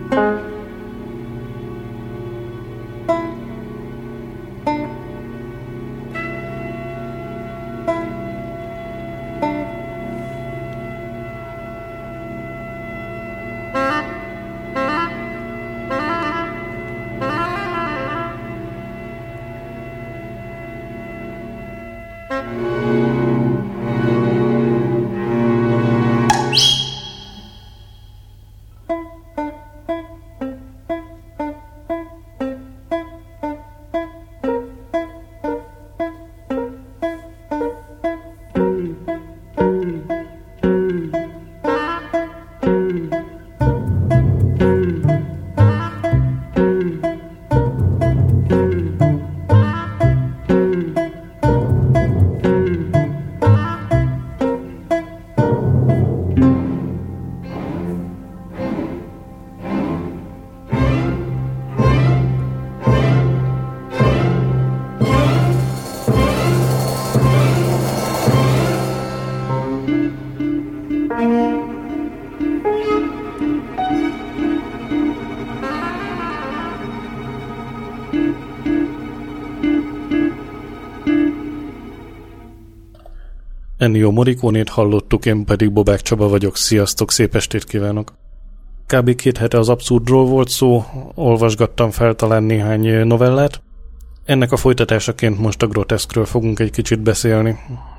Ennio Morricone-t hallottuk, én pedig Bobák Csaba vagyok. Sziasztok, szép estét kívánok! Kb. 2 hete az abszurdról volt szó, olvasgattam fel talán néhány novellát. Ennek a folytatásaként most a groteszkről fogunk egy kicsit beszélni.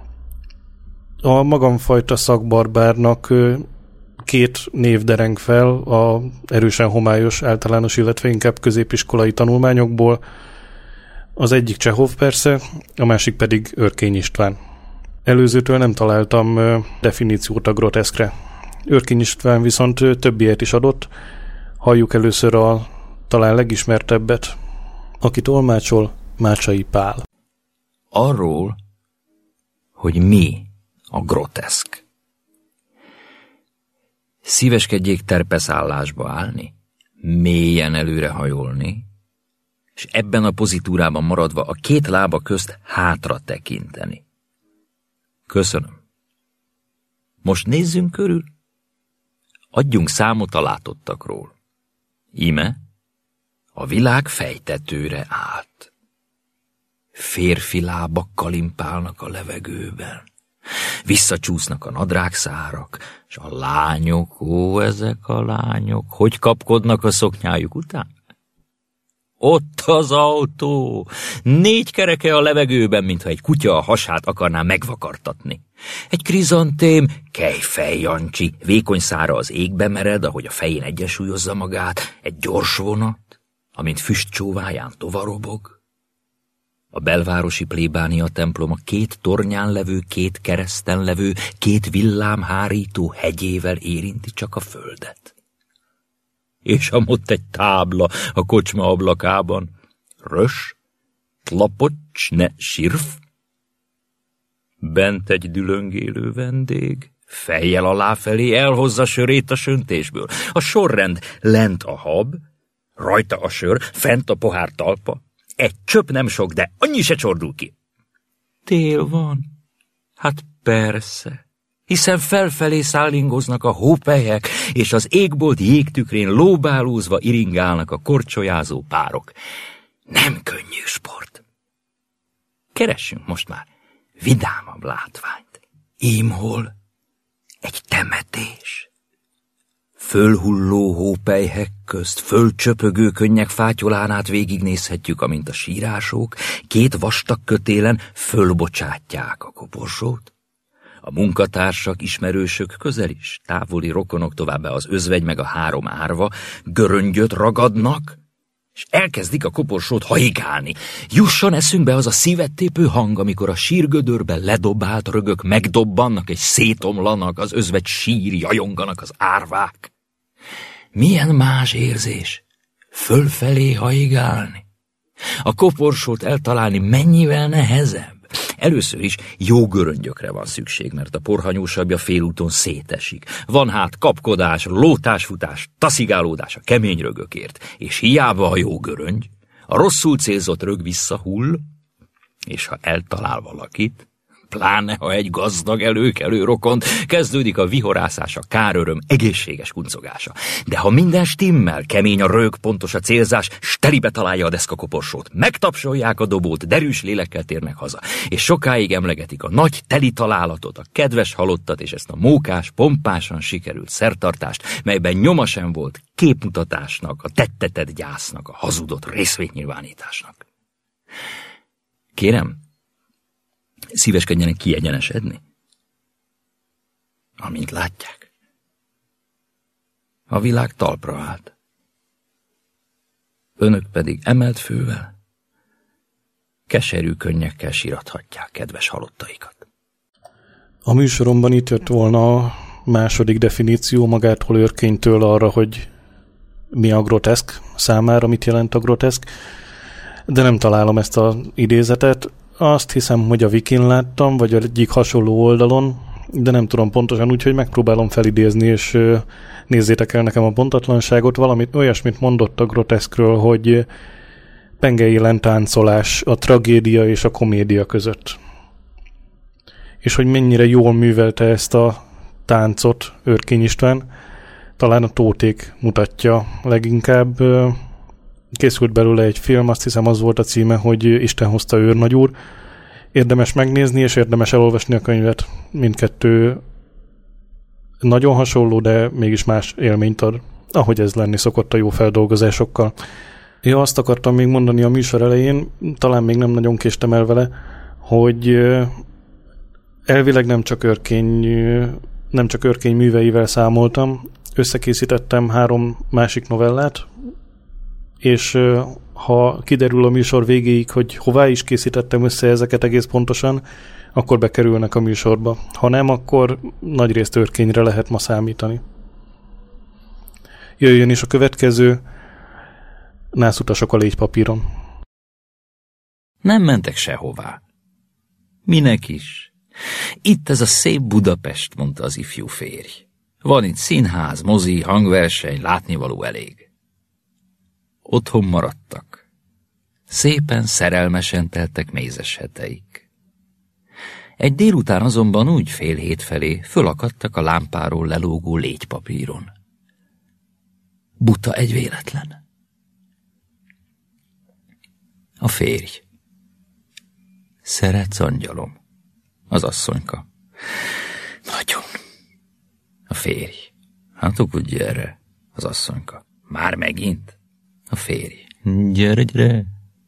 A magamfajta szakbarbárnak 2 név dereng fel a erősen homályos általános, illetve inkább középiskolai tanulmányokból. Az egyik Csehov persze, a másik pedig Örkény István. Előzőtől nem találtam definíciót a groteszkre. Örkény István viszont több ilyet is adott. Halljuk először a talán legismertebbet, aki tolmácsol, Mácsai Pál. Arról, hogy mi a groteszk. Szíveskedjék terpeszállásba állni, mélyen előrehajolni, és ebben a pozitúrában maradva a 2 lába közt hátra tekinteni. Köszönöm. Most nézzünk körül. Adjunk számot a látottakról. Íme, a világ fejtetőre állt. Férfi lábak kalimpálnak a levegőben. Visszacsúsznak a nadrágszárak, és a lányok, ó, ezek a lányok, hogy kapkodnak a szoknyájuk után? Ott az autó, 4 kereke a levegőben, mintha egy kutya a hasát akarná megvakartatni. Egy krizantém, kejfej Jancsi, vékony szára az égbe mered, ahogy a fején egyensúlyozza magát, egy gyors vonat, amint füstcsóváján tovarobog. A belvárosi plébánia templom a 2 tornyán levő, 2 kereszten levő, 2 villámhárító hegyével érinti csak a földet. És amott egy tábla a kocsma ablakában. Rös, tlapocs, ne sirf. Bent egy dülöngélő vendég, fejjel aláfelé elhozza sörét a söntésből. A sorrend, lent a hab, rajta a sör, fent a pohár talpa. Egy csöp nem sok, de annyi se csordul ki. Tél van? Hát persze. Hiszen felfelé szállingoznak a hópelyhek, és az égbolt jégtükrén lóbálózva iringálnak a korcsolyázó párok. Nem könnyű sport. Keressünk most már vidámabb látványt. Ímhol egy temetés. Fölhulló hópelyhek közt, fölcsöpögő könnyek fátyolán át végignézhetjük, amint a sírások 2 vastag kötélen fölbocsátják a koporsót. A munkatársak, ismerősök, közel is, távoli rokonok, továbbá az özvegy meg a 3 árva göröngyöt ragadnak, és elkezdik a koporsót hajigálni. Jusson eszünkbe az a szívet tépő hang, amikor a sírgödörben ledobált rögök megdobbannak és szétomlanak, az özvegy sír, jajonganak az árvák. Milyen más érzés fölfelé hajigálni. A koporsót eltalálni mennyivel nehezebb. Először is jó göröngyökre van szükség, mert a porhanyósabbja félúton szétesik. Van hát kapkodás, lótásfutás, taszigálódás a kemény rögökért, és hiába a jó göröngy, a rosszul célzott rög visszahull, és ha eltalál valakit, pláne ha egy gazdag előkelő rokont, kezdődik a vihorászás, a káröröm, egészséges kuncogása. De ha minden stimmel, kemény a rög, pontos a célzás, stelibe találja a deszkakoporsót, megtapsolják a dobót, derűs lélekkel térnek haza, és sokáig emlegetik a nagy teli találatot, a kedves halottat, és ezt a mókás, pompásan sikerült szertartást, melyben nyoma sem volt képmutatásnak, a tettetett gyásznak, a hazudott részvétnyilvánításnak. Kérem, szíveskedjenek kiegyenesedni, amint látják. A világ talpra állt. Önök pedig emelt fővel, keserű könnyekkel sírathatják kedves halottaikat. A műsoromban itt jött volna a második definíció magától Örkénytől arra, hogy mi a groteszk számára, mit jelent a groteszk, de nem találom ezt az idézetet. Azt hiszem, hogy a Wikin láttam, vagy egyik hasonló oldalon, de nem tudom pontosan, úgyhogy megpróbálom felidézni, és nézzétek el nekem a pontatlanságot. Valamit olyasmit mondott a groteszkről, hogy pengeélen táncolás a tragédia és a komédia között. És hogy mennyire jól művelte ezt a táncot Örkény István, talán a Tóték mutatja leginkább. Készült belőle egy film, azt hiszem az volt a címe, hogy Isten hozta őrnagyúr. Érdemes megnézni, és érdemes elolvasni a könyvet. Mindkettő nagyon hasonló, de mégis más élményt ad, ahogy ez lenni szokott a jó feldolgozásokkal. Ja, azt akartam még mondani a műsor elején, talán még nem nagyon késtem el vele, hogy elvileg nem csak Örkény műveivel számoltam, összekészítettem 3 másik novellát, és ha kiderül a műsor végéig, hogy hová is készítettem össze ezeket egész pontosan, akkor bekerülnek a műsorba. Ha nem, akkor nagyrészt Örkényre lehet ma számítani. Jöjjön is a következő, Nászutasok a légypapíron. Nem mentek sehová. Minek is? Itt ez a szép Budapest, mondta az ifjú férj. Van itt színház, mozi, hangverseny, látnivaló elég. Otthon maradtak. Szépen, szerelmesen teltek mézes heteik. Egy délután azonban úgy 6:30 felé fölakadtak a lámpáról lelógó légypapíron. Buta egy véletlen. A férj. Szeretsz, angyalom? Az asszonyka. Nagyon. A férj. Hát ukudj erre. Az asszonyka. Már megint? A férj. Gyere, gyere.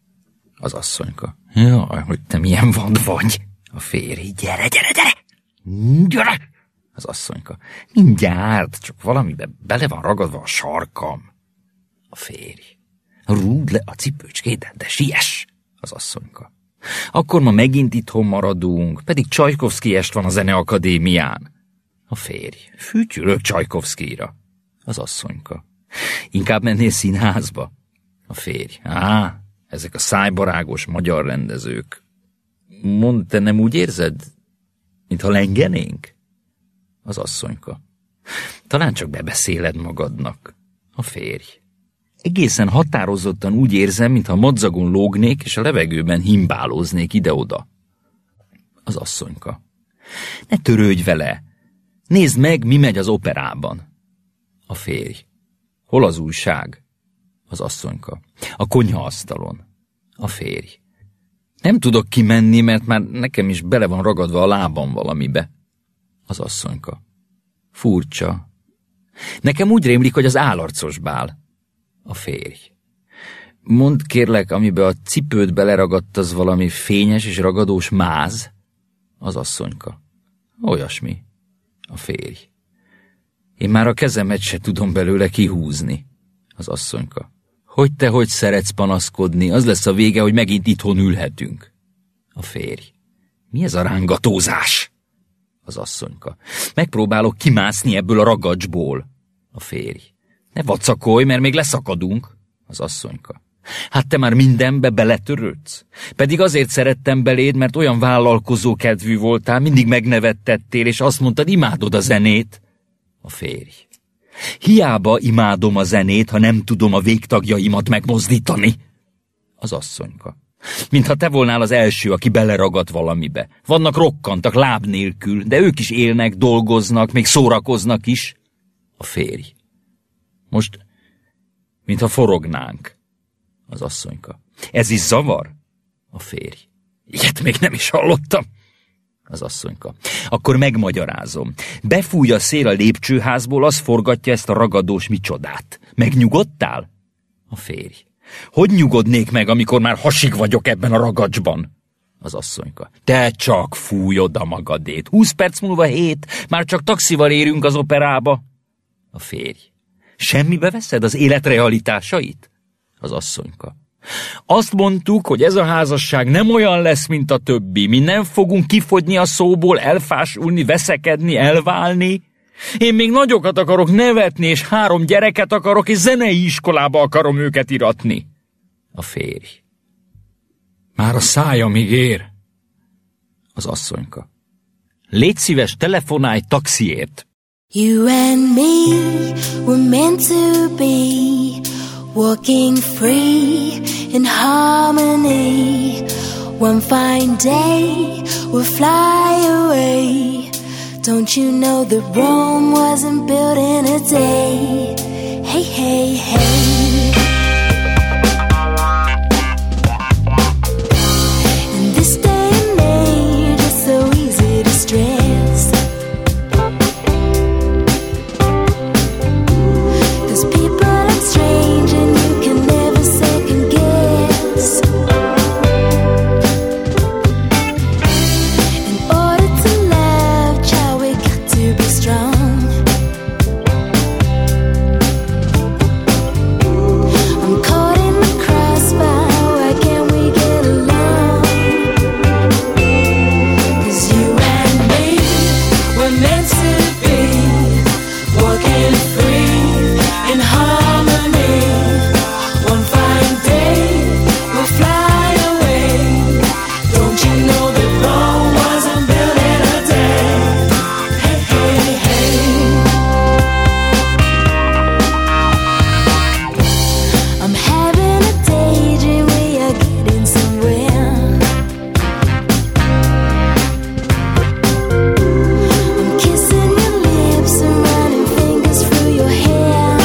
Az asszonyka. Jaj, hogy te milyen vad vagy. A férj. Gyere, gyere, gyere. Gyere. Az asszonyka. Mindjárt, csak valamibe bele van ragadva a sarkam. A férj. Rúd le a cipőcskédet, de siess. Az asszonyka. Akkor ma megint itthon maradunk, pedig Csajkovszky est van a Zeneakadémián. A férj. Fütyülök Csajkovszkyra. Az asszonyka. Inkább mennél színházba? A férj. Ezek a szájbarágos magyar rendezők. Mondd, te nem úgy érzed, mintha lengenénk? Az asszonyka. Talán csak bebeszéled magadnak. A férj. Egészen határozottan úgy érzem, mintha madzagon lógnék, és a levegőben himbálóznék ide-oda. Az asszonyka. Ne törődj vele! Nézd meg, mi megy az operában. A férj. Hol az újság? Az asszonyka. A konyhaasztalon. A férj. Nem tudok kimenni, mert már nekem is bele van ragadva a lábam valamibe. Az asszonyka. Furcsa. Nekem úgy rémlik, hogy az állarcos bál. A férj. Mondd kérlek, amibe a cipőd beleragadt, az valami fényes és ragadós máz? Az asszonyka. Olyasmi. A férj. Én már a kezemet se tudom belőle kihúzni. Az asszonyka. Hogy szeretsz panaszkodni, az lesz a vége, hogy megint itthon ülhetünk. A férj. Mi ez a rángatózás? Az asszonyka. Megpróbálok kimászni ebből a ragacsból. A férj. Ne vacakolj, mert még leszakadunk. Az asszonyka. Hát te már mindenbe beletörődsz? Pedig azért szerettem beléd, mert olyan vállalkozó kedvű voltál, mindig megnevettettél, és azt mondtad, imádod a zenét. A férj. Hiába imádom a zenét, ha nem tudom a végtagjaimat megmozdítani. Az asszonyka. Mintha te volnál az első, aki beleragadt valamibe. Vannak rokkantak láb nélkül, de ők is élnek, dolgoznak, még szórakoznak is. A férj. Most, mintha forognánk. Az asszonyka. Ez is zavar? A férj. Ilyet még nem is hallottam. Az asszonyka. Akkor megmagyarázom. Befúj a szél a lépcsőházból, az forgatja ezt a ragadós micsodát. Megnyugodtál? A férj. Hogy nyugodnék meg, amikor már hasig vagyok ebben a ragacsban? Az asszonyka. Te csak fúj oda magadét. 20 perc múlva 7, már csak taxival érünk az operába. A férj. Semmibe veszed az élet realitásait? Az asszonyka. Azt mondtuk, hogy ez a házasság nem olyan lesz, mint a többi. Mi nem fogunk kifogyni a szóból, elfásulni, veszekedni, elválni. Én még nagyokat akarok nevetni, és 3 gyereket akarok, és zenei iskolába akarom őket iratni. A férj. Már a szájamig ér. Az asszonyka. Légy szíves, telefonálj taxiért. You and me were meant to be, walking free in harmony. One fine day we'll fly away. Don't you know that Rome wasn't built in a day? Hey, hey, hey. In this day and age, it's so easy to stress. 'Cause people act strange and you can never second guess. In order to love, child, we got to be strong. I'm caught in the crossfire, why can't we get along? 'Cause you and me, we're meant to be, walking free in harmony. One fine day, we'll fly away. Don't you know that Rome wasn't built in a day? Hey, hey, hey. I'm having a daydream, we are getting somewhere. I'm kissing your lips and running fingers through your hair.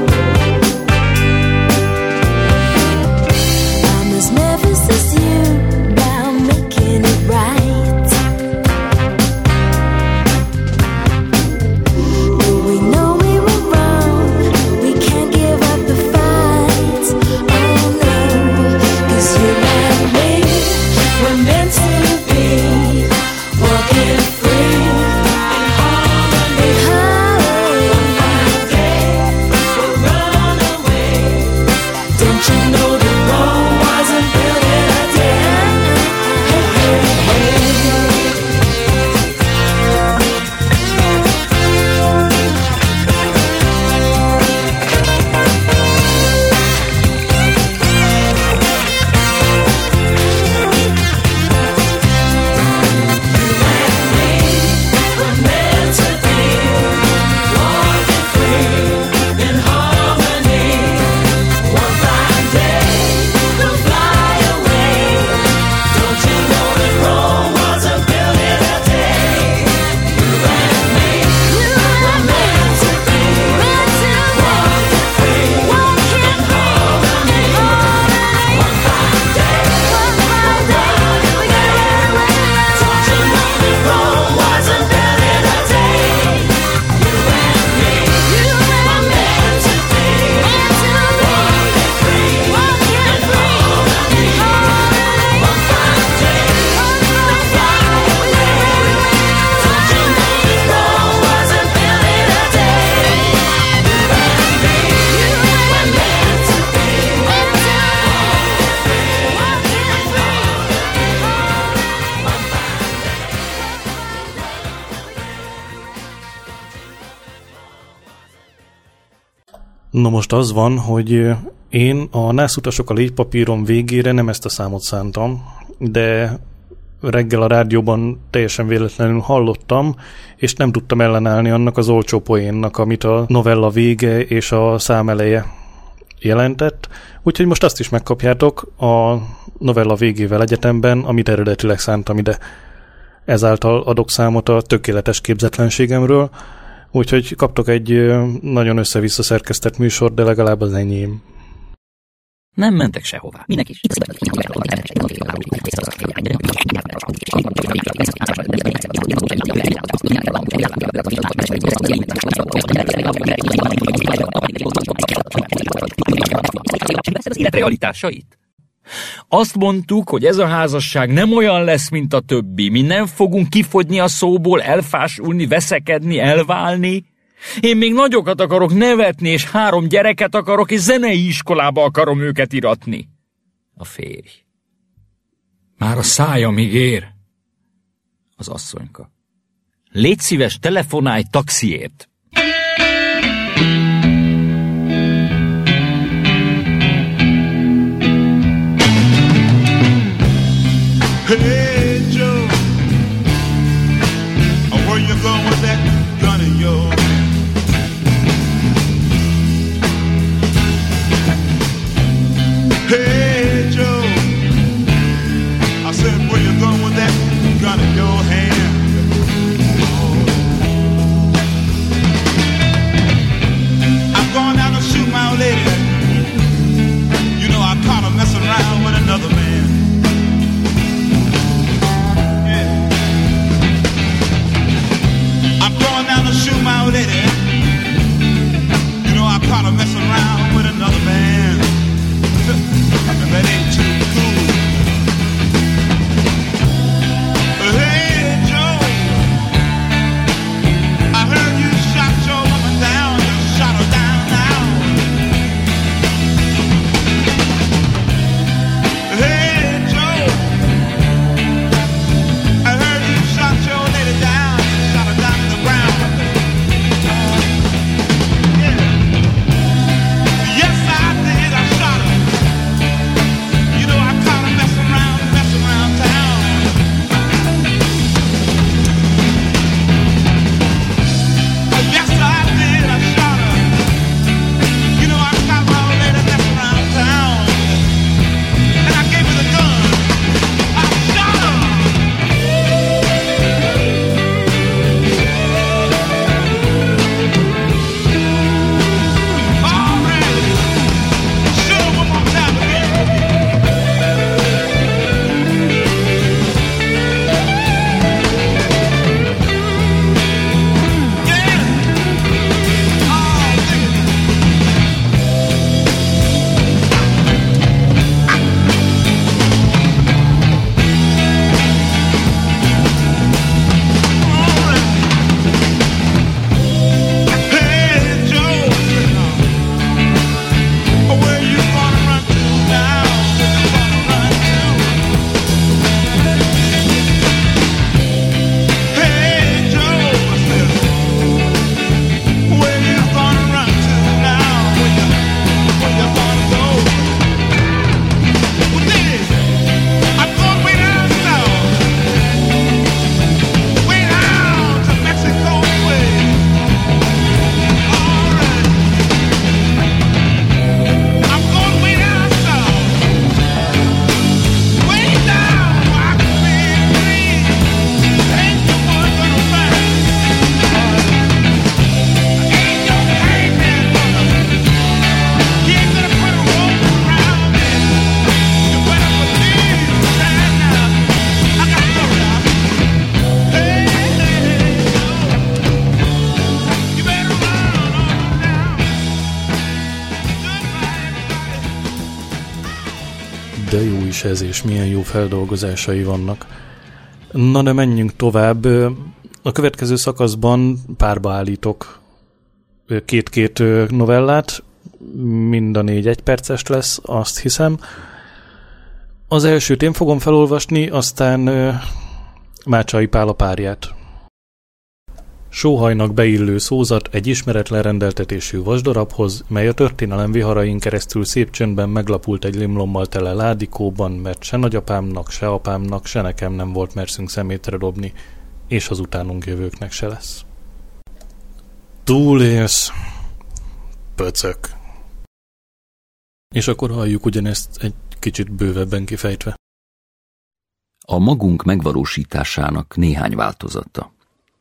I'm as nervous as you about making it right. But we know we were wrong, we can't give up the fight. Oh no, 'cause you and me, we're meant to be, walking free in harmony. One day we'll run away. Don't you know that Rome wasn't built in a day? Hey, hey, hey. We're meant to be, walking free in harmony. One fine day we'll fly away. Don't you know that Rome wasn't built in a day? You and me, we're meant to be, walking free in harmony. One fine day we'll fly away. Don't you know that Rome wasn't built in a day? You and me, we're meant to be, walking free in harmony. One fine day we'll fly away. Don't you know that Rome wasn't built in a day? You and me, we're meant to be, walking Na most az van, hogy én a nászutasok a légypapíron végére nem ezt a számot szántam, de reggel a rádióban teljesen véletlenül hallottam, és nem tudtam ellenállni annak az olcsó poénnak, amit a novella vége és a szám eleje jelentett, úgyhogy most azt is megkapjátok a novella végével egyetemben, amit eredetileg szántam ide. Ezáltal adok számot a tökéletes képzetlenségemről, úgyhogy kaptok egy nagyon össze-vissza szerkesztett műsor, de legalább az enyém. Nem mentek sehová. Minek is? Az élet realitásait? Azt mondtuk, hogy ez a házasság nem olyan lesz, mint a többi. Mi nem fogunk kifogyni a szóból, elfásulni, veszekedni, elválni. Én még nagyokat akarok nevetni, és 3 gyereket akarok, és zenei iskolába akarom őket iratni. A férj. Már a szájamig ér. Az asszonyka. Légy szíves, telefonálj taxiért. Hey Joe, where you going with that gun of yours? Hey Joe, I said where you going with that gun in your hand? I'm going down to shoot my old lady. You know I caught her messing around with another man. Shoot my old lady. You know I caught her messing around with another man. And that ain't too cool. Hey Joe, I heard you shot your woman down. You shot her down now. Hey Joe, I heard you shot your lady down. You shot her down to the ground. De jó is ez, és milyen jó feldolgozásai vannak. Na de menjünk tovább. A következő szakaszban párba állítok két novellát, mind a 4 egyperces lesz, azt hiszem. Az elsőt én fogom felolvasni, aztán Mácsai Pál a párját. Sóhajnak beillő szózat egy ismeretlen rendeltetésű vasdarabhoz, mely a történelem viharain keresztül szép csöndben meglapult egy limlommal tele ládikóban, mert se nagyapámnak, se apámnak, se nekem nem volt merszünk szemétre dobni, és az utánunk jövőknek se lesz. Túlélsz, pöcök. És akkor halljuk ugyanezt egy kicsit bővebben kifejtve. A magunk megvalósításának néhány változata.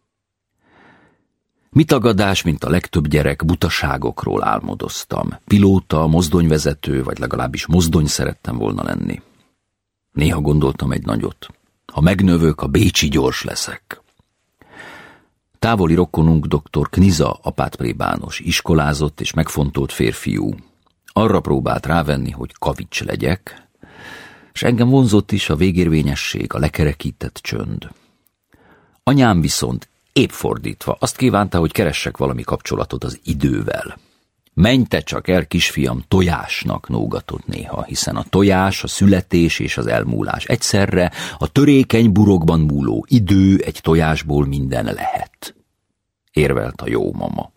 Mi tagadás, mint a legtöbb gyerek, butaságokról álmodoztam. Pilóta, mozdonyvezető, vagy legalábbis mozdony szerettem volna lenni. Néha gondoltam egy nagyot. Ha megnövök, a bécsi gyors leszek. Távoli rokonunk dr. Kniza apátplébános, iskolázott és megfontolt férfiú. Arra próbált rávenni, hogy kavics legyek, és engem vonzott is a végérvényesség, a lekerekített csönd. Anyám viszont épp fordítva azt kívánta, hogy keressek valami kapcsolatot az idővel. Menj te csak el, kisfiam, tojásnak nógatott néha, hiszen a tojás, a születés és az elmúlás egyszerre, a törékeny burokban múló idő egy tojásból minden lehet. Érvelt a jó mama.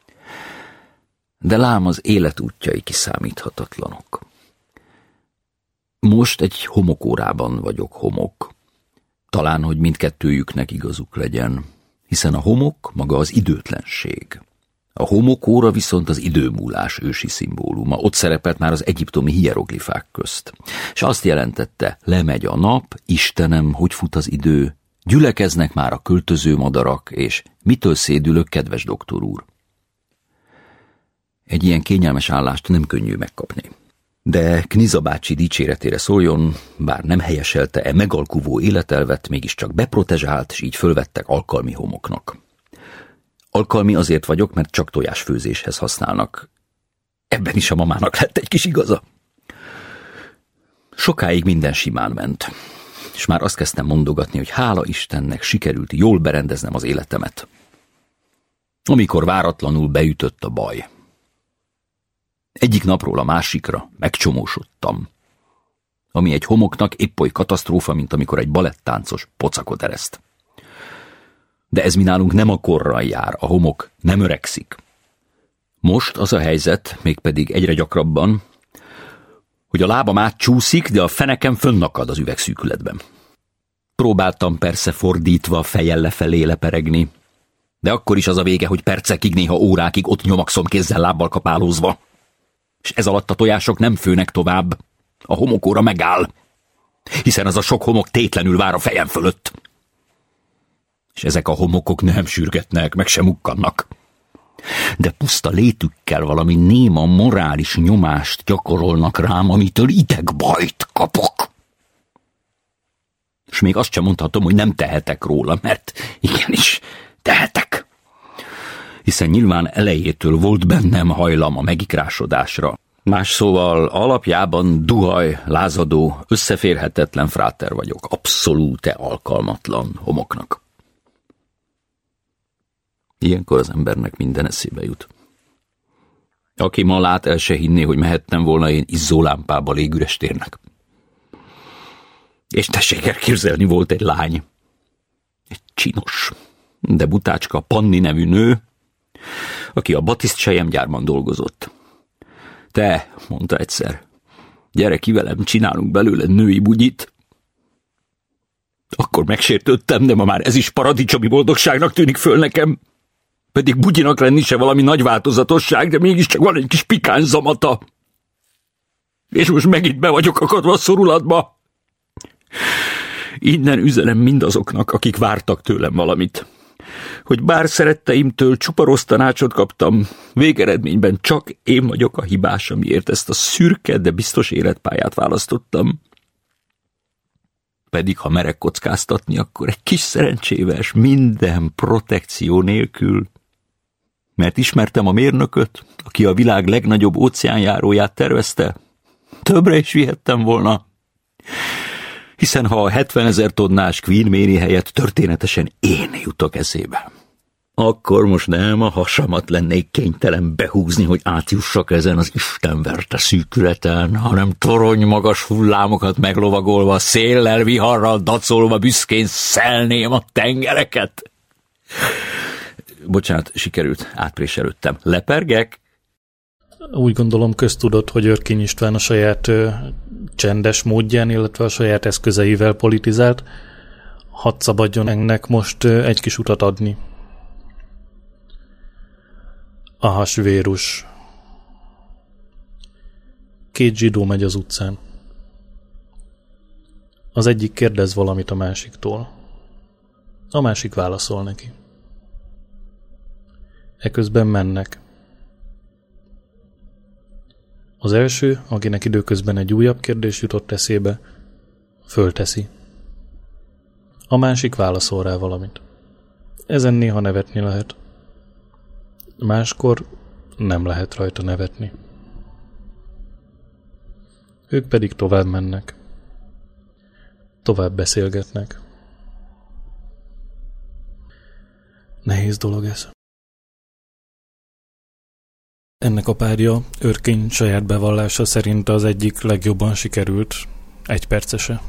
De lám az élet útjai kiszámíthatatlanok. Most egy homokórában vagyok homok. Talán, hogy mindkettőjüknek igazuk legyen, hiszen a homok maga az időtlenség. A homokóra viszont az időmúlás ősi szimbóluma. Ott szerepelt már az egyiptomi hieroglifák közt. És azt jelentette, lemegy a nap, Istenem, hogy fut az idő, gyülekeznek már a költöző madarak, és mitől szédülök, kedves doktor úr? Egy ilyen kényelmes állást nem könnyű megkapni. De Kniza bácsi dicséretére szóljon, bár nem helyeselte megalkuvó életelvet, mégiscsak beprotezsált, és így fölvettek alkalmi homoknak. Alkalmi azért vagyok, mert csak tojásfőzéshez használnak. Ebben is a mamának lett egy kis igaza. Sokáig minden simán ment, és már azt kezdtem mondogatni, hogy hála Istennek sikerült jól berendeznem az életemet. Amikor váratlanul beütött a baj. Egyik napról a másikra megcsomósodtam, ami egy homoknak épp oly katasztrófa, mint amikor egy balettáncos pocakot ereszt. De ez mi nálunk nem a korral jár, a homok nem öregszik. Most az a helyzet, mégpedig egyre gyakrabban, hogy a lábam átcsúszik, de a fenekem fönnakad az üvegszűkületben. Próbáltam persze fordítva fejjel lefelé leperegni, de akkor is az a vége, hogy percekig, néha órákig ott nyomakszom kézzel lábbal kapálózva. És ez alatt a tojások nem főnek tovább, a homokóra megáll, hiszen az a sok homok tétlenül vár a fejem fölött. És ezek a homokok nem sürgetnek, meg sem mukkannak. De puszta létükkel valami néma morális nyomást gyakorolnak rám, amitől idegbajt kapok. És még azt sem mondhatom, hogy nem tehetek róla, mert igenis tehetek. Hiszen nyilván elejétől volt bennem hajlam a megikrásodásra. Más szóval alapjában duhaj, lázadó, összeférhetetlen fráter vagyok, abszolút alkalmatlan homoknak. Ilyenkor az embernek minden eszébe jut. Aki ma lát, el se hinné, hogy mehettem volna én izzólámpába légüres térnek. És tessék elképzelni, volt egy lány. Egy csinos, de butácska Panni nevű nő, aki a Batiszt selyemgyárban dolgozott. Te, mondta egyszer, gyere ki velem, csinálunk belőle női bugyit. Akkor megsértődtem, de ma már ez is paradicsomi boldogságnak tűnik föl nekem. Pedig bugyinak lenni se valami nagy változatosság, de mégiscsak van egy kis pikáns zamata. És most megint be vagyok akadva a szorulatba. Innen üzenem mindazoknak, akik vártak tőlem valamit. Hogy bár szeretteimtől csupa rossz tanácsot kaptam, végeredményben csak én vagyok a hibás, amiért ezt a szürke, de biztos életpályát választottam. Pedig ha merek kockáztatni, akkor egy kis szerencsével, s minden protekció nélkül. Mert ismertem a mérnököt, aki a világ legnagyobb óceánjáróját tervezte. Többre is vihettem volna. Hiszen ha a 70 000 tonnás Queen Mary helyett történetesen én jutok eszébe, akkor most nem a hasamat lennék kénytelen behúzni, hogy átjussak ezen az istenverte szűkületen, hanem torony magas hullámokat meglovagolva, széllel, viharral dacolva büszkén szelném a tengereket. Bocsánat, sikerült, átpréselődtem. Lepergek? Úgy gondolom köztudott, hogy Örkény István a saját csendes módján, illetve a saját eszközeivel politizált. Hadd szabadjon ennek most egy kis utat adni. Ahasvérus. Két zsidó megy az utcán. Az egyik kérdez valamit a másiktól. A másik válaszol neki. Eközben mennek. Az első, akinek időközben egy újabb kérdés jutott eszébe, fölteszi. A másik válaszol rá valamit. Ezen néha nevetni lehet. Máskor nem lehet rajta nevetni. Ők pedig tovább mennek. Tovább beszélgetnek. Nehéz dolog ez. Ennek a párja Örkény saját bevallása szerint az egyik legjobban sikerült egypercese.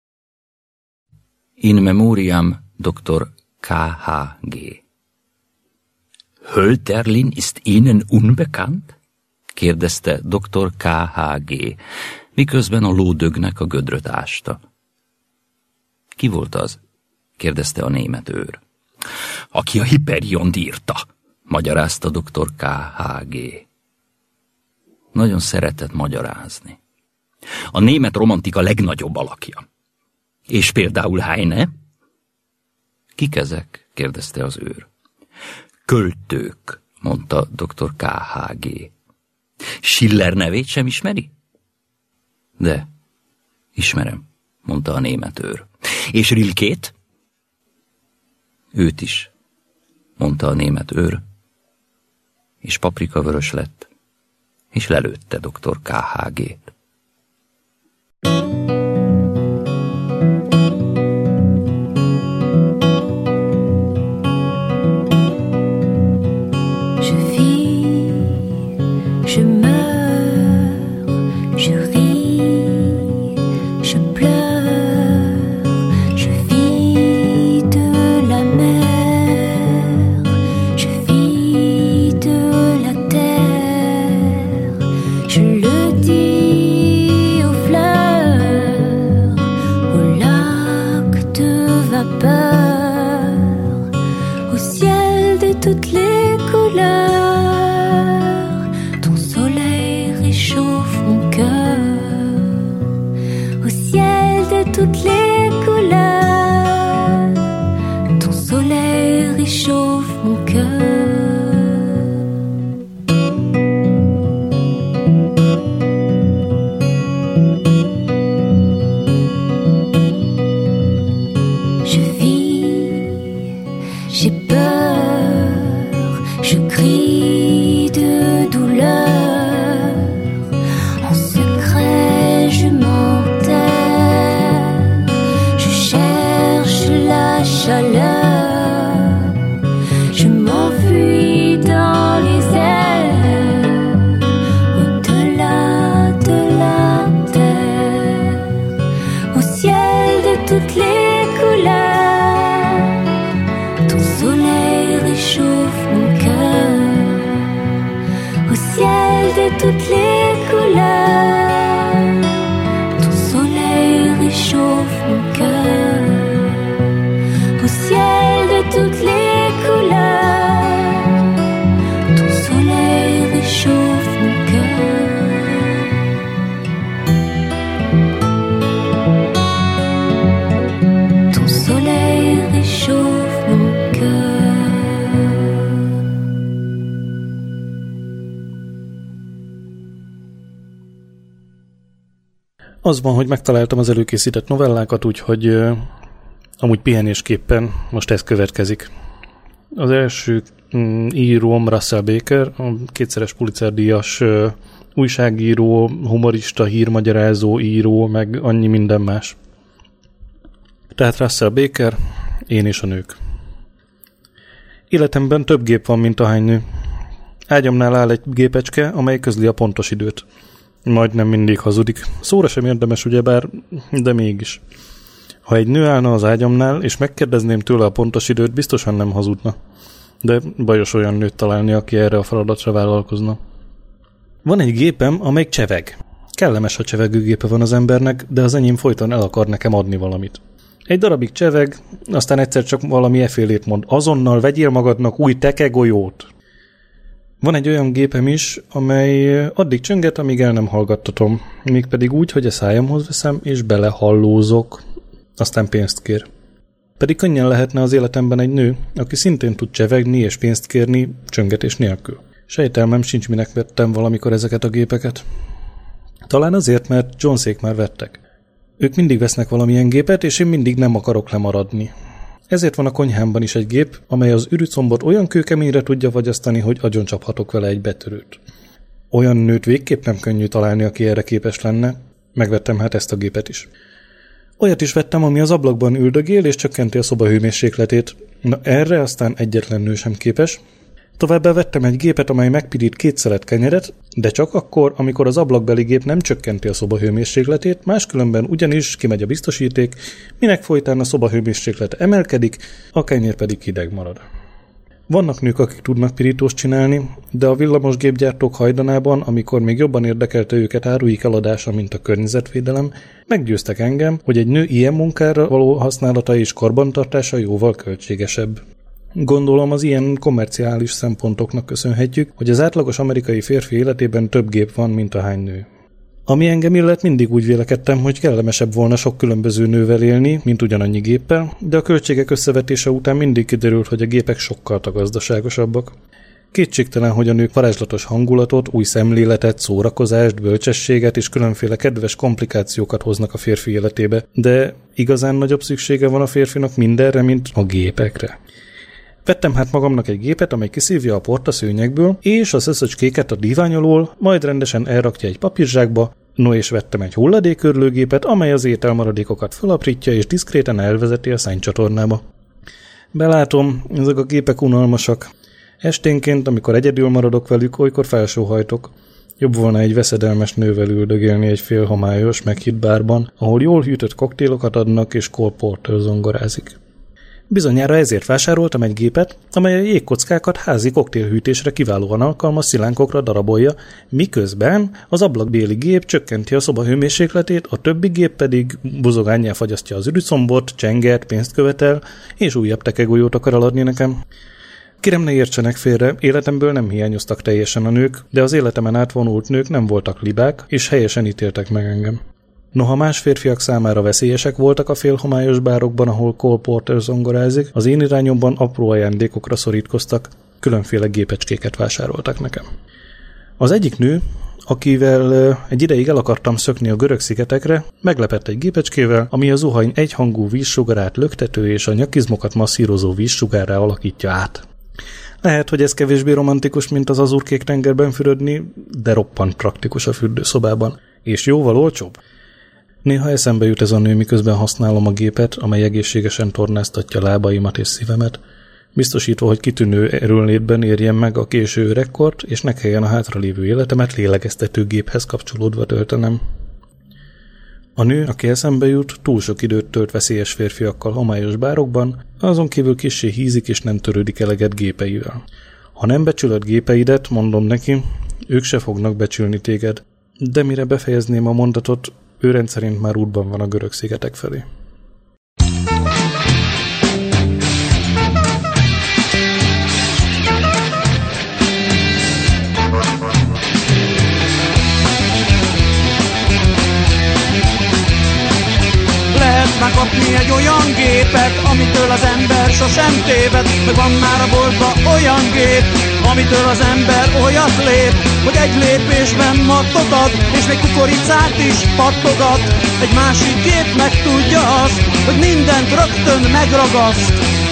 In memoriam Dr. K.H.G. Hölderlin ist Ihnen unbekannt? kérdezte Dr. K.H.G., miközben a lódögnek a gödröt ásta. Ki volt az? kérdezte a német őr. Aki a Hyperiont írta, magyarázta Dr. K.H.G. Nagyon szeretett magyarázni. A német romantika legnagyobb alakja. És például Heine? Kik ezek? kérdezte az őr. Költők, mondta Dr. K.H.G. Schiller nevét sem ismeri? De, ismerem, mondta a német őr. És Rilkét? Őt is, mondta a német őr, és paprikavörös lett, és lelőtte Dr. K.H.G.-t. Az van, hogy megtaláltam az előkészített novellákat, úgyhogy amúgy pihenésképpen most ez következik. Az első íróm Russell Baker, a kétszeres Pulitzer-díjas újságíró, humorista, hírmagyarázó, író, meg annyi minden más. Tehát Russell Baker, én és a nők. Életemben több gép van, mint ahány nő. Ágyamnál áll egy gépecske, amely közli a pontos időt. Majdnem mindig hazudik. Szóra sem érdemes, ugyebár, de mégis. Ha egy nő állna az ágyamnál, és megkérdezném tőle a pontos időt, biztosan nem hazudna. De bajos olyan nőt találni, aki erre a feladatra vállalkozna. Van egy gépem, amely cseveg. Kellemes, ha csevegőgépe van az embernek, de az enyém folyton el akar nekem adni valamit. Egy darabig cseveg, aztán egyszer csak valami efélét mond. Azonnal vegyél magadnak új tekegolyót. Van egy olyan gépem is, amely addig csönget, amíg el nem hallgattatom. Mégpedig úgy, hogy a szájamhoz veszem, és belehallózok. Aztán pénzt kér. Pedig könnyen lehetne az életemben egy nő, aki szintén tud csevegni és pénzt kérni csöngetés nélkül. Sejtelmem sincs, minek vettem valamikor ezeket a gépeket. Talán azért, mert Jonesék már vettek. Ők mindig vesznek valamilyen gépet, és én mindig nem akarok lemaradni. Ezért van a konyhámban is egy gép, amely az ürücombot olyan kőkeményre tudja fagyasztani, hogy agyoncsaphatok vele egy betörőt. Olyan nőt végképp nem könnyű találni, aki erre képes lenne. Megvettem hát ezt a gépet is. Olyat is vettem, ami az ablakban üldögél és csökkenti a szoba hőmérsékletét. Na erre aztán egyetlen nő sem képes. Továbbá vettem egy gépet, amely megpirít 2 szelet kenyeret, de csak akkor, amikor az ablakbeli gép nem csökkenti a szoba hőmérsékletét, máskülönben ugyanis kimegy a biztosíték, minek folytán a szoba hőmérséklete emelkedik, a kenyér pedig hideg marad. Vannak nők, akik tudnak pirítóst csinálni, de a villamosgépgyártók hajdanában, amikor még jobban érdekelte őket áruik eladása, mint a környezetvédelem, meggyőztek engem, hogy egy nő ilyen munkára való használata és karbantartása jóval költségesebb. Gondolom az ilyen kommerciális szempontoknak köszönhetjük, hogy az átlagos amerikai férfi életében több gép van, mint ahány nő. Ami engem illet, mindig úgy vélekedtem, hogy kellemesebb volna sok különböző nővel élni, mint ugyanannyi géppel, de a költségek összevetése után mindig kiderült, hogy a gépek sokkal gazdaságosabbak. Kétségtelen, hogy a nők varázslatos hangulatot, új szemléletet, szórakozást, bölcsességet és különféle kedves komplikációkat hoznak a férfi életébe, de igazán nagyobb szüksége van a férfinak mindenre, mint a gépekre. Vettem hát magamnak egy gépet, amely kiszívja a port a szőnyegből, és a szöszöcskéket a divány alól, majd rendesen elrakja egy papírzsákba, no és vettem egy hulladékörlőgépet, amely az ételmaradékokat felaprítja és diszkréten elvezeti a szennycsatornába. Belátom, ezek a gépek unalmasak. Esténként, amikor egyedül maradok velük, olykor felsóhajtok. Jobb volna egy veszedelmes nővel üldögélni egy félhomályos, meghitt bárban, ahol jól hűtött koktélokat adnak és Cole Porter zongorázik. Bizonyára ezért vásároltam egy gépet, amely a jégkockákat házi koktélhűtésre kiválóan alkalmas szilánkokra darabolja, miközben az ablakbéli gép csökkenti a szoba hőmérsékletét, a többi gép pedig buzogánnyal fagyasztja az ürücombot, csenget, pénzt követel, és újabb tekegolyót akar eladni nekem. Kérem, ne értsenek félre, életemből nem hiányoztak teljesen a nők, de az életemen átvonult nők nem voltak libák, és helyesen ítéltek meg engem. Noha más férfiak számára veszélyesek voltak a félhomályos bárokban, ahol Cole Porter zongorázik, az én irányomban apró ajándékokra szorítkoztak, különféle gépecskéket vásároltak nekem. Az egyik nő, akivel egy ideig el akartam szökni a Görög-szigetekre, meglepett egy gépecskével, ami a zuhany egyhangú vízsugarát löktető és a nyakizmokat masszírozó vízsugárrá alakítja át. Lehet, hogy ez kevésbé romantikus, mint az azurkék tengerben fürödni, de roppant praktikus a fürdőszobában, és jóval olcsóbb. Néha eszembe jut ez a nő, miközben használom a gépet, amely egészségesen tornáztatja lábaimat és szívemet, biztosítva, hogy kitűnő erőnlétben érjem meg a késő öregkort, és ne kelljen a hátralévő életemet lélegeztető géphez kapcsolódva töltenem. A nő, aki eszembe jut, túl sok időt tölt veszélyes férfiakkal homályos bárokban, azon kívül kissé hízik és nem törődik eleget gépeivel. Ha nem becsülöd gépeidet, mondom neki, ők se fognak becsülni téged. De mire befejezném a mondatot, ő rendszerint már útban van a Görög-szigetek felé. Megkapni egy olyan gépet, amitől az ember sosem téved. Meg van már a boltban olyan gép, amitől az ember olyat lép, hogy egy lépésben mattot ad, és még kukoricát is pattogat. Egy másik gép meg tudja azt, hogy mindent rögtön megragaszt.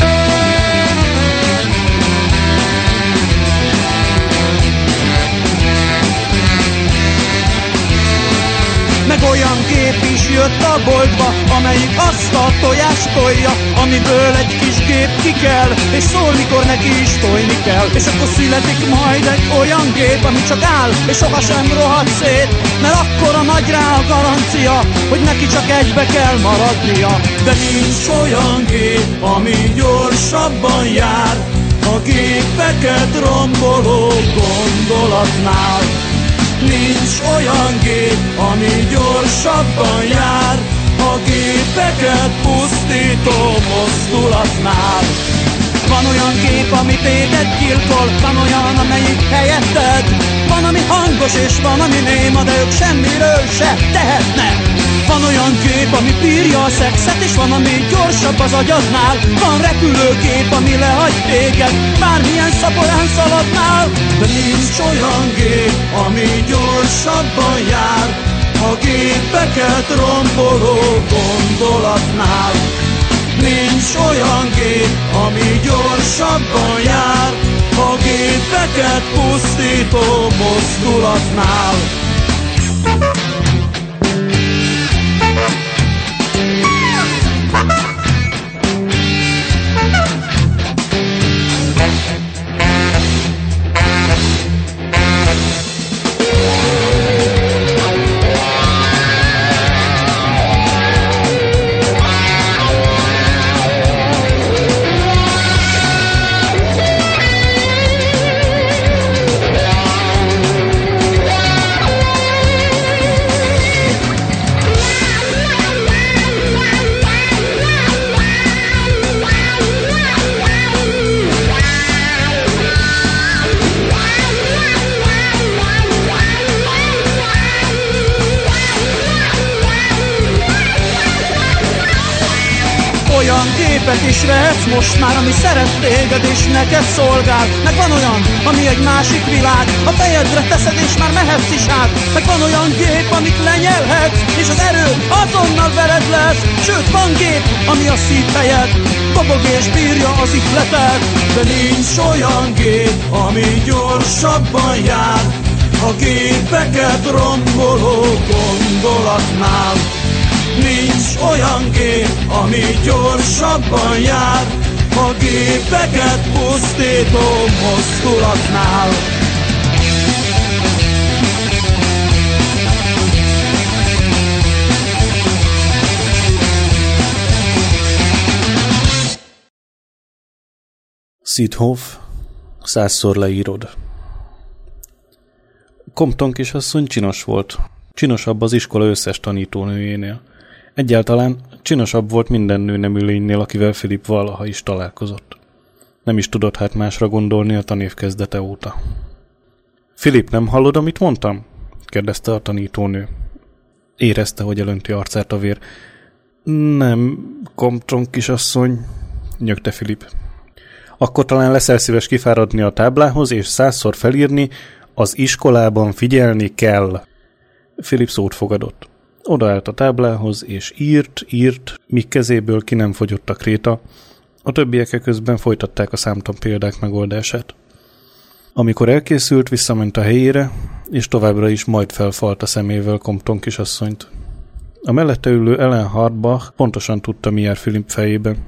Meg olyan gép is jött a boltba, amelyik azt a tojást tolja, amiből egy kis gép ki kell, és szól, mikor neki is tojni kell. És akkor születik majd egy olyan gép, ami csak áll, és sohasem rohad szét, mert akkora nagy rá a garancia, hogy neki csak egybe kell maradnia. De nincs olyan gép, ami gyorsabban jár a gépeket romboló gondolatnál. Nincs olyan gép, ami gyorsabban jár a gépeket pusztító mozdulatnál. Van olyan gép, ami téged gyilkol, van olyan, amelyik helyetted. Van, ami hangos és van, ami néma, de ők semmiről se tehetnek. Van olyan gép, ami bírja a szexet, és van, ami gyorsabb az agyadnál. Van repülőgép, ami lehagy téged, bármilyen szaporán szaladnál. De nincs olyan gép, ami gyorsabban jár a gépeket romboló gondolatnál. Nincs olyan gép, ami gyorsabban jár a gépeket pusztító mozdulatnál. Olyan gépet is vehetsz most már, ami szeret téged és neked szolgál. Meg van olyan, ami egy másik világ, a fejedre teszed és már mehetsz is át. Meg van olyan gép, amit lenyelhetsz, és az erő azonnal veled lesz. Sőt, van gép, ami a szívhelyed, dobog és bírja az ihletet. De nincs olyan gép, ami gyorsabban jár a gépeket romboló gondolatnál. Nincs olyan gép, ami gyorsabban jár a gépeket pusztító mozdulatnál. Szidhoff, 100-szor leírod. Compton kisasszony csinos volt. Csinosabb az iskola összes tanítónőjénél. Egyáltalán csinosabb volt minden nőnemű lénynél, akivel Philip valaha is találkozott. Nem is tudott hát másra gondolni a tanév kezdete óta. Philip, nem hallod, amit mondtam? Kérdezte a tanítónő. Érezte, hogy elönti arcát a vér. Nem, Compton kisasszony, nyögte Philip. Akkor talán leszel szíves kifáradni a táblához, és 100-szor felírni, az iskolában figyelni kell. Philip szót fogadott. Odaállt a táblához, és írt, míg kezéből ki nem fogyott a kréta. A többiek közben folytatták a számtan példák megoldását. Amikor elkészült, visszament a helyére, és továbbra is majd felfalta szemével Compton kisasszonyt. A mellette ülő Ellen Harbach pontosan tudta, mi jár Philip fejében.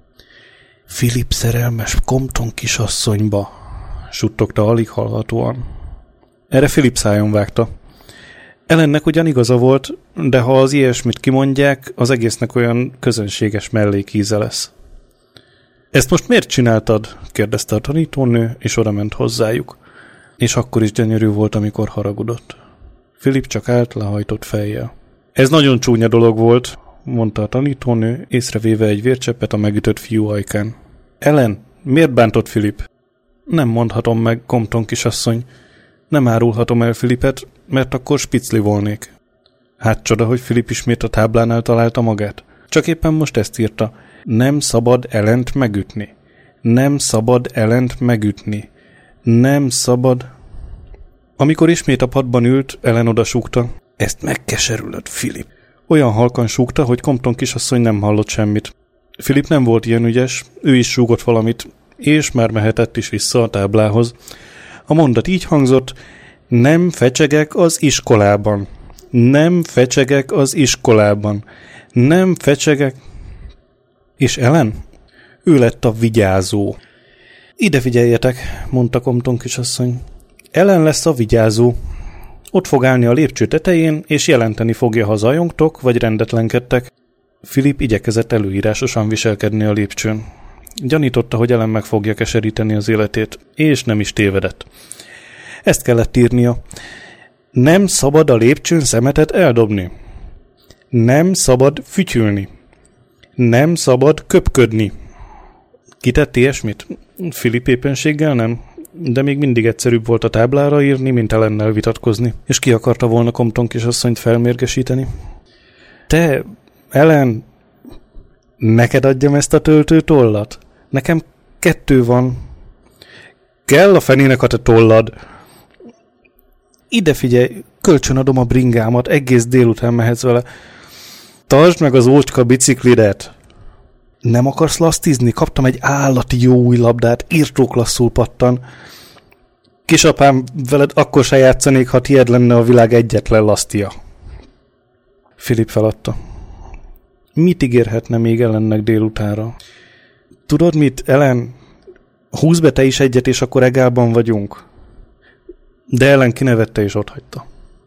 Philip szerelmes Compton kisasszonyba, suttogta alig hallhatóan. Erre Philip szájon vágta. Ellennek ugyan igaza volt, de ha az ilyesmit kimondják, az egésznek olyan közönséges mellékíze lesz. Ezt most miért csináltad? Kérdezte a tanítónő, és odament hozzájuk. És akkor is gyönyörű volt, amikor haragudott. Philip csak állt lehajtott fejjel. Ez nagyon csúnya dolog volt, mondta a tanítónő, észrevéve egy vércseppet a megütött fiú ajkán. Ellen, miért bántott Philip? Nem mondhatom meg, Compton kisasszony. Nem árulhatom el Philipet, mert akkor spicli volnék. Hát csoda, hogy Philip ismét a táblánál találta magát. Csak éppen most ezt írta. Nem szabad Ellent megütni. Nem szabad Ellent megütni. Nem szabad... Amikor ismét a padban ült, Ellen odasúgta. Ezt megkeserülöd, Philip. Olyan halkan súgta, hogy Compton kisasszony nem hallott semmit. Philip nem volt ilyen ügyes, ő is súgott valamit, és már mehetett is vissza a táblához. A mondat így hangzott, nem fecsegek az iskolában. Nem fecsegek az iskolában. Nem fecsegek... És Ellen? Ő lett a vigyázó. Ide figyeljetek, mondta Compton kisasszony. Ellen lesz a vigyázó. Ott fog állni a lépcső tetején, és jelenteni fogja, ha zajongtok, vagy rendetlenkedtek. Philip igyekezett előírásosan viselkedni a lépcsőn. Gyanította, hogy Ellen meg fogja keseríteni az életét, és nem is tévedett. Ezt kellett írnia. Nem szabad a lépcsőn szemetet eldobni. Nem szabad fütyülni. Nem szabad köpködni. Kitett ilyesmit? Filip éppenséggel nem, de még mindig egyszerűbb volt a táblára írni, mint Ellennel vitatkozni, és ki akarta volna Compton kisasszonyt felmérgesíteni. Te, Ellen, neked adjam ezt a töltőtollat? Nekem 2 van. Kell a fenének a te tollad. Ide figyelj, kölcsönadom a bringámat, egész délután mehetsz vele. Tartsd meg az ócska biciklidet. Nem akarsz lasztizni? Kaptam egy állati jó új labdát, írtóklasszul pattan. Kisapám, veled akkor se játszanék, ha tied lenne a világ egyetlen lasztia. Filip feladta. Mit ígérhetne még Ellennek délutánra? Tudod mit, Ellen? Húzz be te is egyet, és akkor egálban vagyunk. De Ellen kinevette és otthagyta.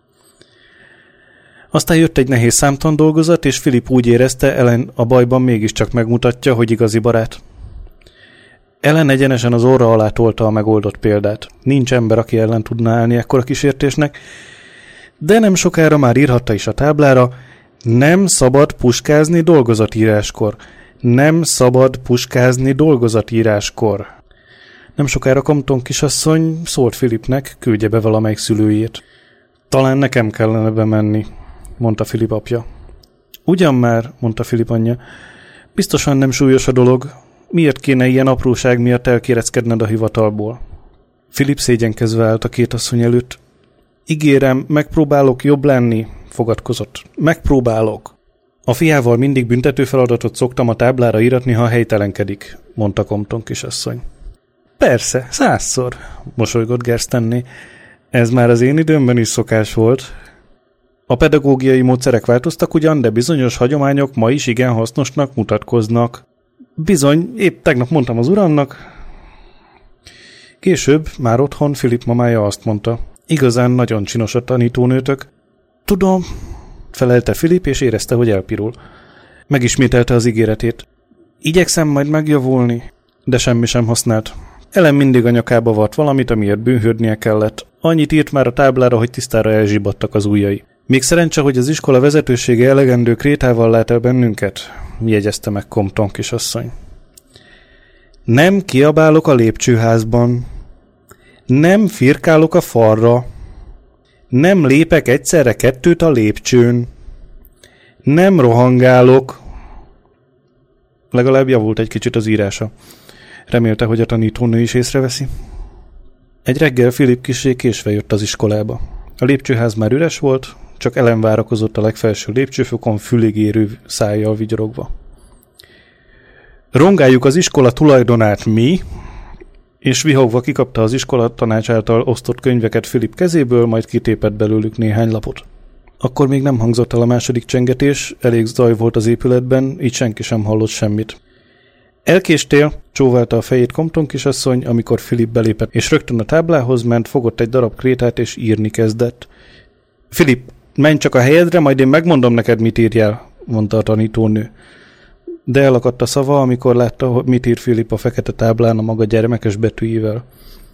Aztán jött egy nehéz számtan dolgozat, és Filip úgy érezte, Ellen a bajban mégiscsak megmutatja, hogy igazi barát. Ellen egyenesen az orra alá tolta a megoldott példát. Nincs ember, aki ellen tudná állni ekkora kísértésnek, de nem sokára már írhatta is a táblára, nem szabad puskázni dolgozatíráskor. Nem szabad puskázni dolgozatíráskor. Nem sokára Compton kisasszony szólt Filipnek, küldje be valamelyik szülőjét. Talán nekem kellene bemenni, mondta Filip apja. Ugyan már, mondta Filip anyja. Biztosan nem súlyos a dolog. Miért kéne ilyen apróság miatt elkéreckedned a hivatalból? Filip szégyenkezve állt a két asszony előtt. Ígérem, megpróbálok jobb lenni, fogadkozott. Megpróbálok. A fiával mindig büntető feladatot szoktam a táblára íratni, ha helytelenkedik, mondta Compton kisasszony. Persze, 100-szor, mosolygott Gerstenné. Ez már az én időmben is szokás volt. A pedagógiai módszerek változtak ugyan, de bizonyos hagyományok ma is igen hasznosnak mutatkoznak. Bizony, épp tegnap mondtam az uramnak. Később, már otthon Filip mamája azt mondta. Igazán nagyon csinos a tanítónőtök. Tudom, felelte Filip, és érezte, hogy elpirul. Megismételte az ígéretét. Igyekszem majd megjavulni, de semmi sem használt. Ellen mindig a nyakába vart valamit, amiért bűnhődnie kellett. Annyit írt már a táblára, hogy tisztára elzsibbadtak az ujjai. Még szerencse, hogy az iskola vezetősége elegendő krétával lát el bennünket, jegyezte meg Compton kisasszony. Nem kiabálok a lépcsőházban. Nem firkálok a falra. Nem lépek egyszerre 2 a lépcsőn. Nem rohangálok. Legalább javult egy kicsit az írása. Remélte, hogy a tanítónő is észreveszi. Egy reggel Filip kissé késve jött az iskolába. A lépcsőház már üres volt, csak Ellen várakozott a legfelső lépcsőfokon fülig érő szájjal vigyorogva. Rongáljuk az iskola tulajdonát mi, és vihogva kikapta az iskola tanács által osztott könyveket Filip kezéből, majd kitépett belőlük néhány lapot. Akkor még nem hangzott el a második csengetés, elég zaj volt az épületben, így senki sem hallott semmit. Elkéstél, csóválta a fejét Compton kisasszony, amikor Filip belépett, és rögtön a táblához ment, fogott egy darab krétát, és írni kezdett. Filip, menj csak a helyedre, majd én megmondom neked, mit írjál, mondta a tanítónő. De elakadt a szava, amikor látta, hogy mit ír Filip a fekete táblán a maga gyermekes betűivel.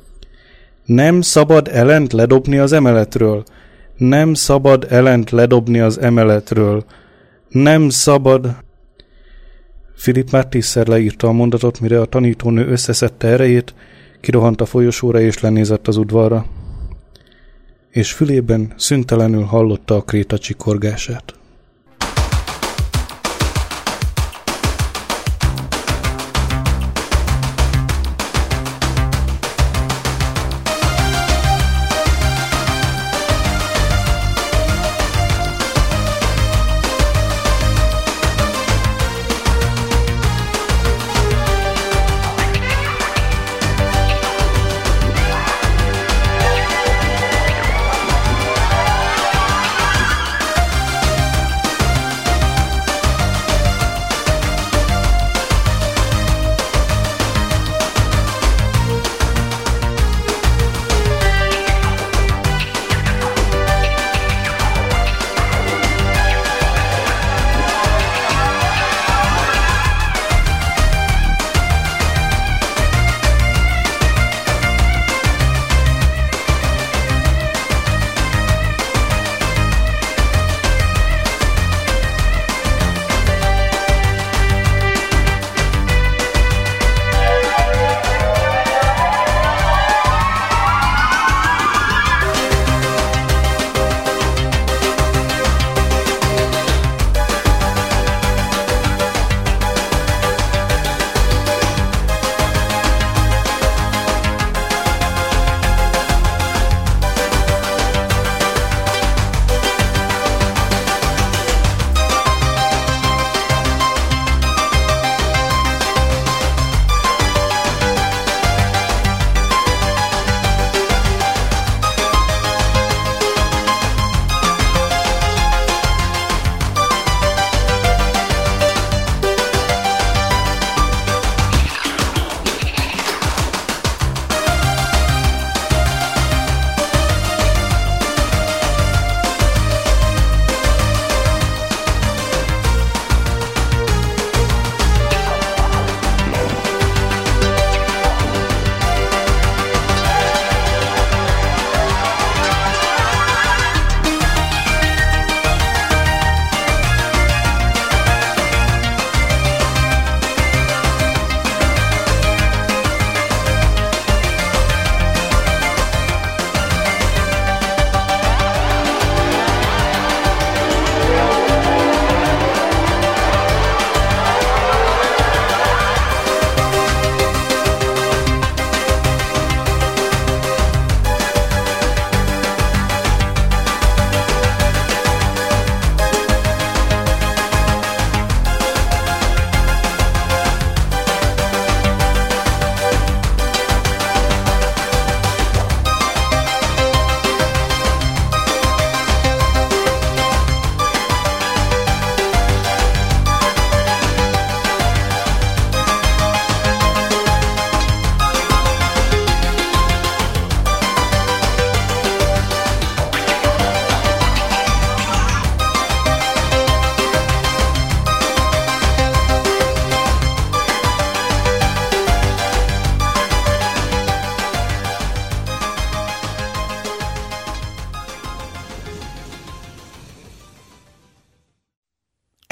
Nem szabad Ellent ledobni az emeletről. Nem szabad Ellent ledobni az emeletről. Nem szabad... Filip már 10-szer leírta a mondatot, mire a tanítónő összeszedte erejét, kirohant a folyosóra és lenézett az udvarra. És fülében szüntelenül hallotta a kréta csikorgását.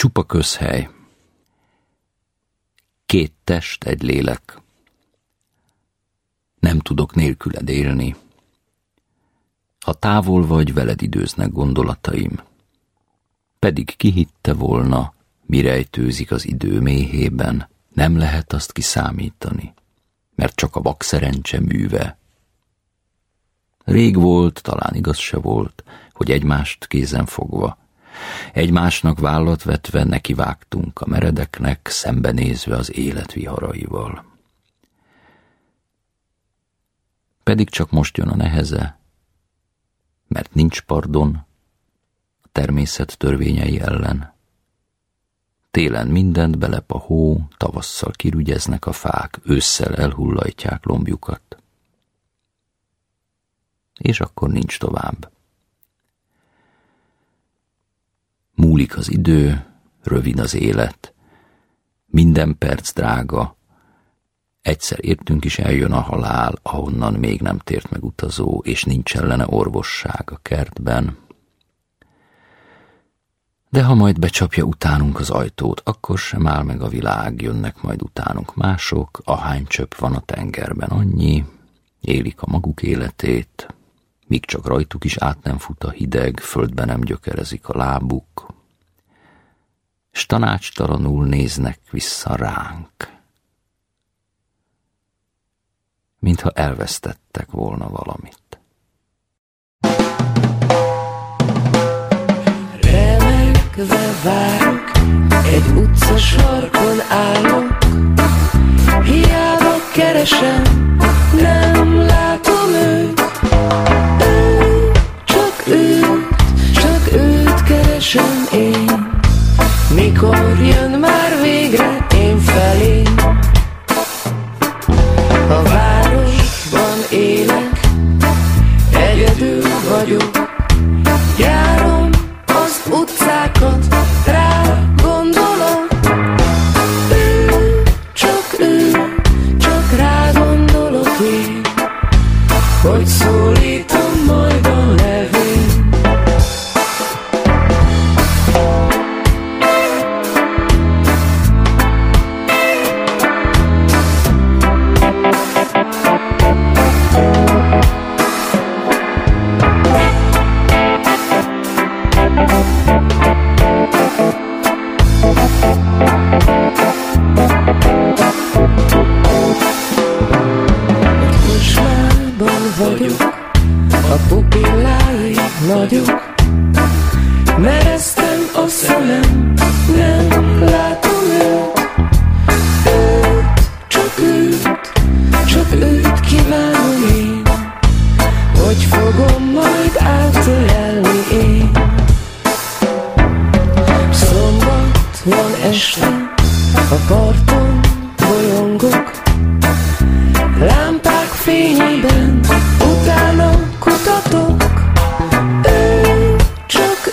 Csupa közhely. 2 test, egy lélek. Nem tudok nélküled élni. Ha távol vagy, veled időznek gondolataim. Pedig ki hitte volna, mi rejtőzik az idő méhében, nem lehet azt kiszámítani, mert csak a vak szerencse műve. Rég volt, talán igaz se volt, hogy egymást kézen fogva, egymásnak vállat vetve nekivágtunk a meredeknek, szembenézve az élet viharaival. Pedig csak most jön a neheze, mert nincs pardon a természet törvényei ellen. Télen mindent belep a hó, tavasszal kirügyeznek a fák, ősszel elhullajtják lombjukat. És akkor nincs tovább. Múlik az idő, rövid az élet, minden perc drága, egyszer értünk is eljön a halál, ahonnan még nem tért meg utazó, és nincs ellene orvosság a kertben. De ha majd becsapja utánunk az ajtót, akkor sem áll meg a világ, jönnek majd utánunk mások, ahány csöpp van a tengerben, annyi, élik a maguk életét, míg csak rajtuk is át nem fut a hideg, földbe nem gyökerezik a lábuk, s tanácstalanul néznek vissza ránk, mintha elvesztettek volna valamit. Remegve várok, egy utca sarkon állok, hiába keresem, nem látom őt, csak őt keresem én. Mikor jön már végre én felé? A városban élek, egyedül vagyok, járom az utcákat, rá gondolok. Csak rá gondolok én, hogy szólítom majd a nevén. A pupillái nagyok, mereztem a szemem, nem látom csak őt kívánom én, hogy fogom majd átölelni én. Szombat van este, a parton bolyongok, lámpák fényében utána kutatok. Csak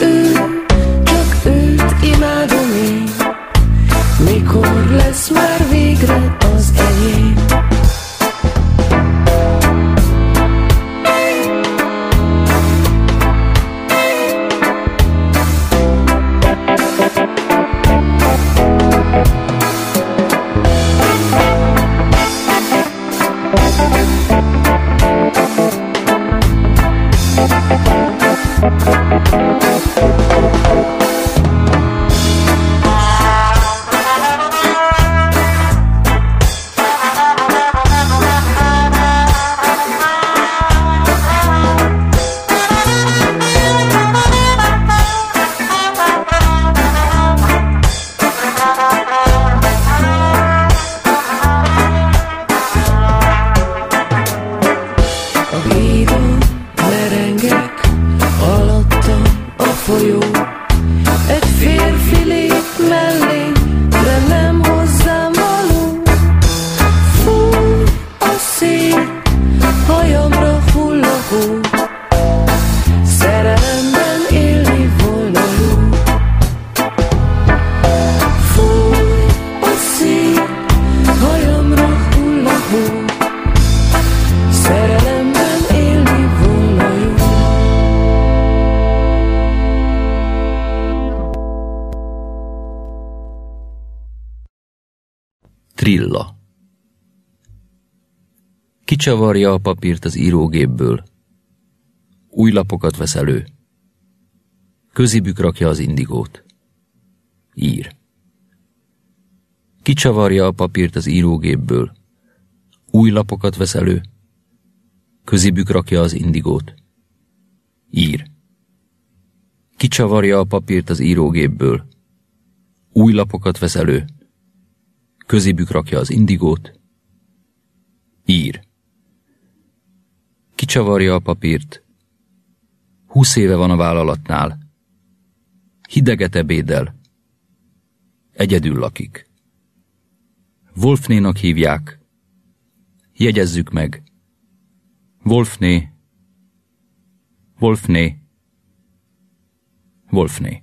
őt imádom én, mikor lesz már végre az enyém. Trilla. Kicsavarja a papírt az írógépből. Új lapokat vesz elő. Közébük rakja az indigót. Ír. Kicsavarja a papírt az írógépből. Új lapokat vesz elő. Közébük rakja az indigót. Ír. Kicsavarja a papírt az írógépből. Új lapokat vesz elő. Közébük rakja az indigót. Ír. Kicsavarja a papírt. 20 éve van a vállalatnál. Hideget ebédel. Egyedül lakik. Wolfnénak hívják. Jegyezzük meg. Wolfné. Wolfné. Wolfné.